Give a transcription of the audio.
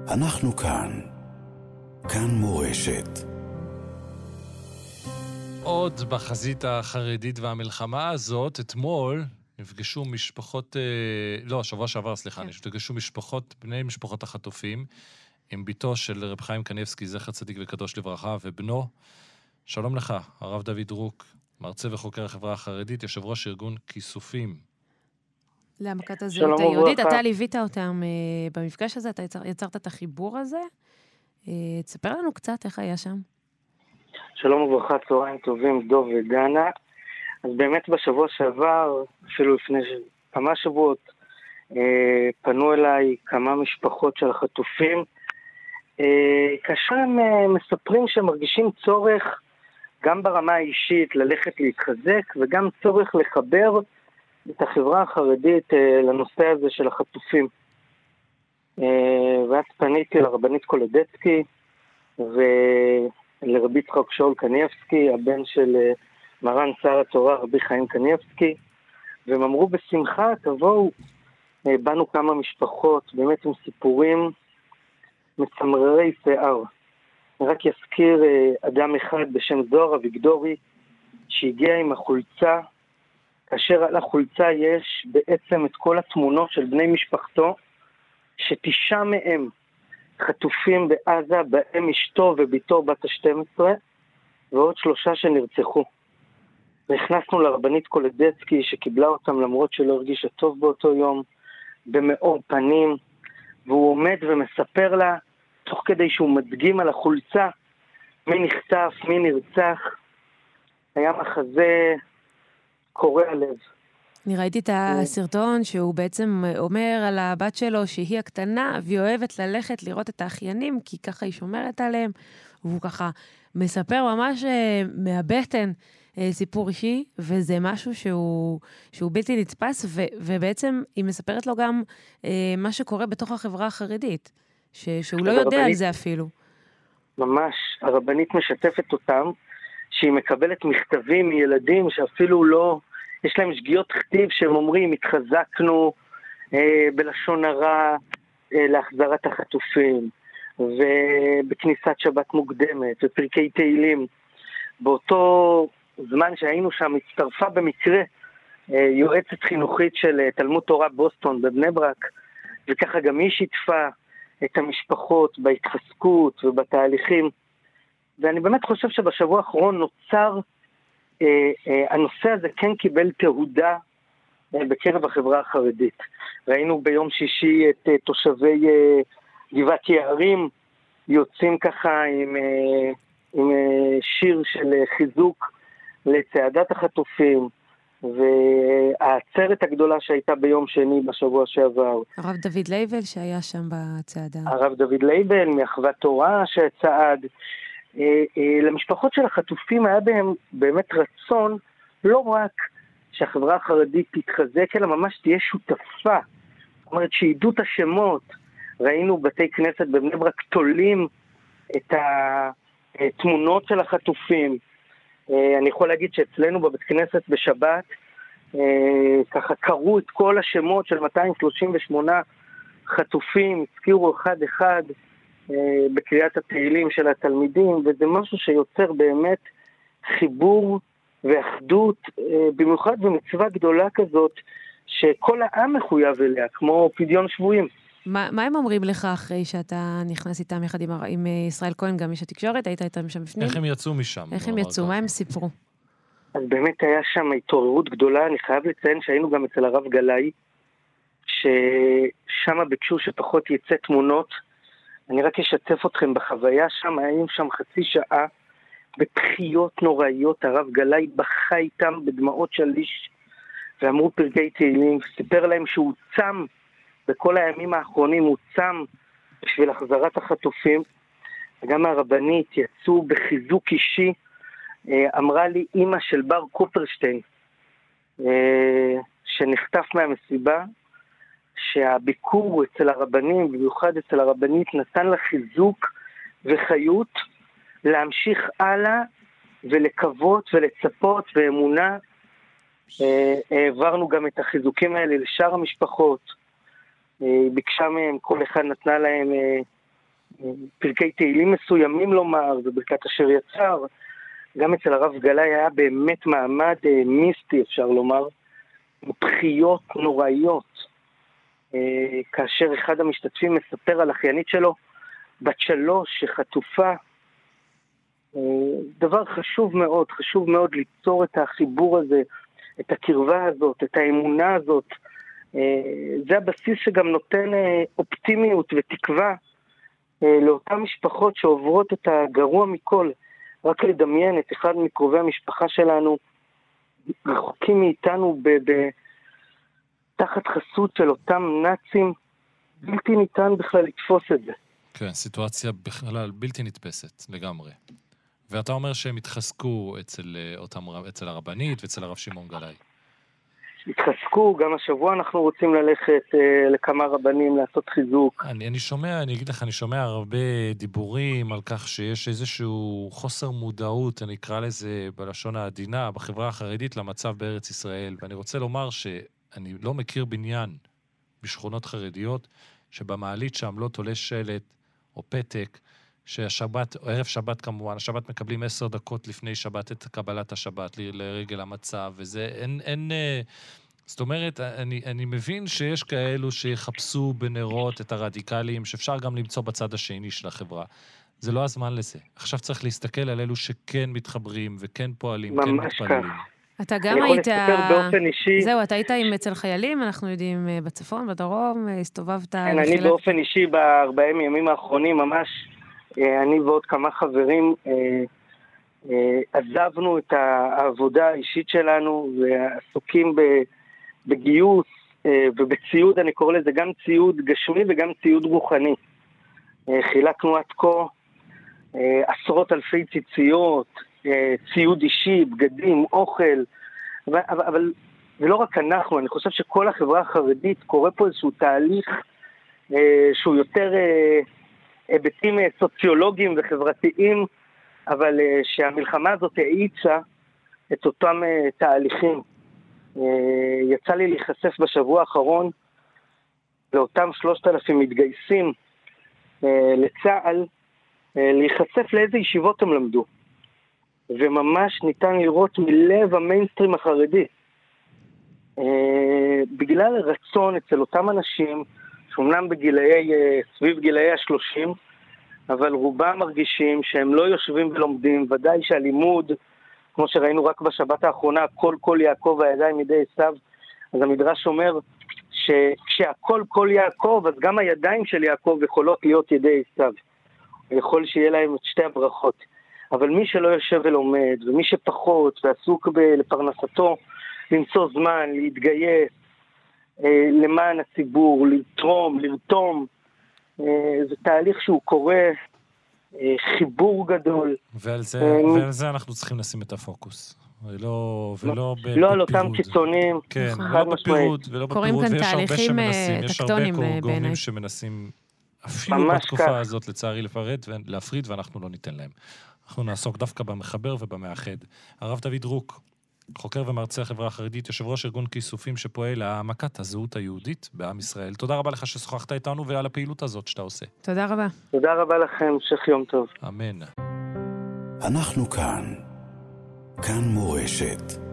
אנחנו כאן. כאן מורשת. עוד בחזית החרדית והמלחמה הזאת, אתמול נפגשו משפחות, שבוע שעבר, נפגשו בני משפחות החטופים, עם ביתו של רב חיים קניבסקי, זכר צדיק וקדוש לברכה, ובנו. שלום לך, הרב דוד רוק, מרצה וחוקר החברה החרדית, יושב ראש ארגון כיסופים. להעמקת הזהות היהודית, אתה ליווית אותם במפגש הזה, אתה יצרת את החיבור הזה. תספר לנו קצת איך היה שם. שלום וברכה, צהריים טובים, דוב ודנה. אז באמת בשבוע שעבר, אפילו לפני כמה שבועות, פנו אליי כמה משפחות של החטופים, כאשר הם מספרים שהם מרגישים צורך גם ברמה האישית ללכת להתחזק, וגם צורך לחבר את החברה החרדית לנושא הזה של החטופים. ואז פניתי לרבנית קולדצקי ולרבי יצחק שאול קניבסקי, הבן של מרן שר התורה רבי חיים קניבסקי, והם אמרו בשמחה, תבואו. באנו כמה משפחות, באמת עם סיפורים מצמררי שיער. אני רק אזכיר אדם אחד בשם זוהר אביגדורי, שהגיע עם החולצה, כאשר על החולצה יש בעצם את כל התמונות של בני משפחתו, ש9 מהם חטופים בעזה, בהם אשתו וביתו בת ה-12, ועוד 3 שנרצחו. והכנסנו לרבנית קולדצקי, שקיבלה אותם למרות שלא הרגישה טוב באותו יום, במאור פנים, והוא עומד ומספר לה, תוך כדי שהוא מדגים על החולצה, מי נחטף, מי נרצח. היה מחזה קורע לב. אני ראיתי את הסרטון שהוא בעצם אומר על הבת שלו שהיא הקטנה, והיא אוהבת ללכת לראות את האחיינים, כי ככה היא שומרת עליהם, והוא ככה מספר ממש מהבטן סיפור אישי, וזה משהו שהוא בלתי נתפס, ובעצם היא מספרת לו גם מה שקורה בתוך החברה החרדית, שהוא לא יודע על זה אפילו. ממש, הרבנית משתפת אותם, שהיא מקבלת מכתבים מילדים שאפילו לא, יש להם שגיאות כתיב שהם אומרים, התחזקנו בלשון הרע להחזרת החטופים, ובכניסת שבת מוקדמת, ופרקי תהילים. באותו זמן שהיינו שם, הצטרפה במקרה יועצת חינוכית של תלמוד תורה בוסטון בבני ברק, וככה גם היא שיתפה את המשפחות בהתחזקות ובתהליכים. ואני באמת חושב שבשבוע האחרון נוצר, הנושא הזה כן קיבל תהודה בקרב החברה החרדית. ראינו ביום שישי את תושבי גבעת יערים יוצאים ככה עם שיר של חיזוק לצעדת החטופים, והעצרת הגדולה שהייתה ביום שני בשבוע שעבר. הרב דוד לייבל שהיה שם בצעדה. הרב דוד לייבל מאחוות תורה שצעד. למשפחות של החטופים היה בהם באמת רצון לא רק שהחברה החרדית תתחזק, אלא ממש תהיה שותפה. זאת אומרת שידעו את השמות. ראינו בתי כנסת בבני ברק תולים את התמונות של החטופים. אני יכול להגיד שאצלנו בבית כנסת בשבת ככה קראו את כל השמות של 238 חטופים, הזכירו אחד אחד בקריאת התהילים של התלמידים, וזה משהו שיוצר באמת חיבור ואחדות, במיוחד במצווה גדולה כזאת שכל העם מחויב אליה, כמו פדיון שבויים. מה הם אומרים לך אחרי שאתה נכנס איתם יחד עם ישראל כהן, גם איש התקשורת, היית איתם שם בפנים? איך הם יצאו משם? איך הם יצאו? מה הם סיפרו? אז באמת היה שם התעוררות גדולה. אני חייב לציין שהיינו גם אצל הרב גלאי, ששם ביקשו שפחות יצא תמונות. אני רק אשתף אתכם בחוויה שם, היינו שם חצי שעה בבכיות נוראיות. הרב גלאי בכה איתם בדמעות שליש, ואמרו פרקי תהילים, סיפר להם שהוא צם, בכל הימים האחרונים הוא צם בשביל החזרת החטופים. וגם הרבנית יצאו בחיזוק אישי. אמרה לי אמא של בר קופרשטיין, שנחטף מהמסיבה, שהביקור אצל הרבנים, במיוחד אצל הרבנית, נתן לה חיזוק וחיות להמשיך הלאה ולקוות ולצפות באמונה. העברנו גם את החיזוקים האלה לשאר המשפחות. ביקשה מהם, כל אחד נתנה להם פרקי תהילים מסוימים לומר, וברכת אשר יצר. גם אצל הרב גלאי היה באמת מעמד מיסטי, אפשר לומר, בחיות נוראיות. כאשר אחד המשתתפים מספר על אחיינית שלו, בת 3 שחטופה. דבר חשוב מאוד ליצור את החיבור הזה, את הקרבה הזאת, את האמונה הזאת. זה הבסיס שגם נותן אופטימיות ותקווה לאותן משפחות שעוברות את הגרוע מכל. רק לדמיין את אחד מקרובי המשפחה שלנו, רחוקים מאיתנו תחת חסות של אותם נאצים, בלתי ניתן בכלל לתפוס את זה. כן, סיטואציה בכלל בלתי נתפסת לגמרי. ואתה אומר שהם התחזקו אצל הרבנית ואצל הרב שמעון גלאי. התחזקו, גם השבוע אנחנו רוצים ללכת לכמה רבנים לעשות חיזוק. אני שומע הרבה דיבורים על כך שיש איזשהו חוסר מודעות, אני אקרא לזה בלשון העדינה, בחברה החרדית למצב בארץ ישראל, ואני רוצה לומר שאני לא מכיר בניין בשכונות חרדיות, שבמעלית שם לא תולה שלט או פתק, שהשבת, או ערב שבת כמובן, השבת מקבלים 10 דקות לפני שבת את קבלת השבת לרגל המצב, וזה אין זאת אומרת, אני מבין שיש כאלו שיחפשו בנרות את הרדיקלים, שאפשר גם למצוא בצד השני של החברה. זה לא הזמן לזה. עכשיו צריך להסתכל על אלו שכן מתחברים וכן פועלים, כן מתפללים. אתה גם היית... באופן אישי... זהו, אתה היית עם אצל חיילים, אנחנו יודעים, בצפון, בדרום, הסתובבת... כן, אני באופן אישי ב40 ימים האחרונים ממש... אני ועוד כמה חברים עזבנו את העבודה האישית שלנו ועסוקים בגיוס ובציוד, אני קורא לזה גם ציוד גשמי וגם ציוד רוחני. חילקנו עד כה עשרות אלפי ציציות, ציוד אישי, בגדים, אוכל, אבל זה לא רק אנחנו, אני חושב שכל החברה החרדית קורה פה איזשהו תהליך שהוא יותר... היבטים סוציולוגיים וחברתיים, אבל שהמלחמה הזאת האיצה את אותם תהליכים. יצא לי להיחשף בשבוע האחרון לאותם 3,000 מתגייסים לצה"ל, להיחשף לאיזה ישיבות הם למדו. וממש ניתן לראות מלב המיינסטרים החרדי. בגלל הרצון אצל אותם אנשים, שאומנם סביב גילאי ה-30, אבל רובם מרגישים שהם לא יושבים ולומדים, ודאי שהלימוד, כמו שראינו רק בשבת האחרונה, כל יעקב הידיים ידי עשיו, אז המדרש אומר שכשהכל יעקב, אז גם הידיים של יעקב יכולות להיות ידי עשיו. יכול שיהיה להם את שתי הברכות. אבל מי שלא יושב ולומד, ומי שפחות ועסוק לפרנסתו, למצוא זמן, להתגייס, למען הציבור, לתרום, לרתום, זה תהליך שהוא קורה, חיבור גדול. ועל זה אנחנו צריכים לשים את הפוקוס. לא על אותם קיצונים. כן, לא בפירוד ולא בפירוד, ויש הרבה שמנסים, יש הרבה גורמים שמנסים, אפילו בתקופה הזאת לצערי להפריד, ואנחנו לא ניתן להם. אנחנו נעסוק דווקא במחבר ובמאחד. הרב דוד רוק, חוקר ומרצה החברה החרדית, יושב ראש ארגון כיסופים שפועל להעמקת הזהות היהודית בעם ישראל. תודה רבה לך ששוחחת איתנו ועל הפעילות הזאת שאתה עושה. תודה רבה. תודה רבה לכם, המשך יום טוב. אמן. אנחנו כאן מורשת.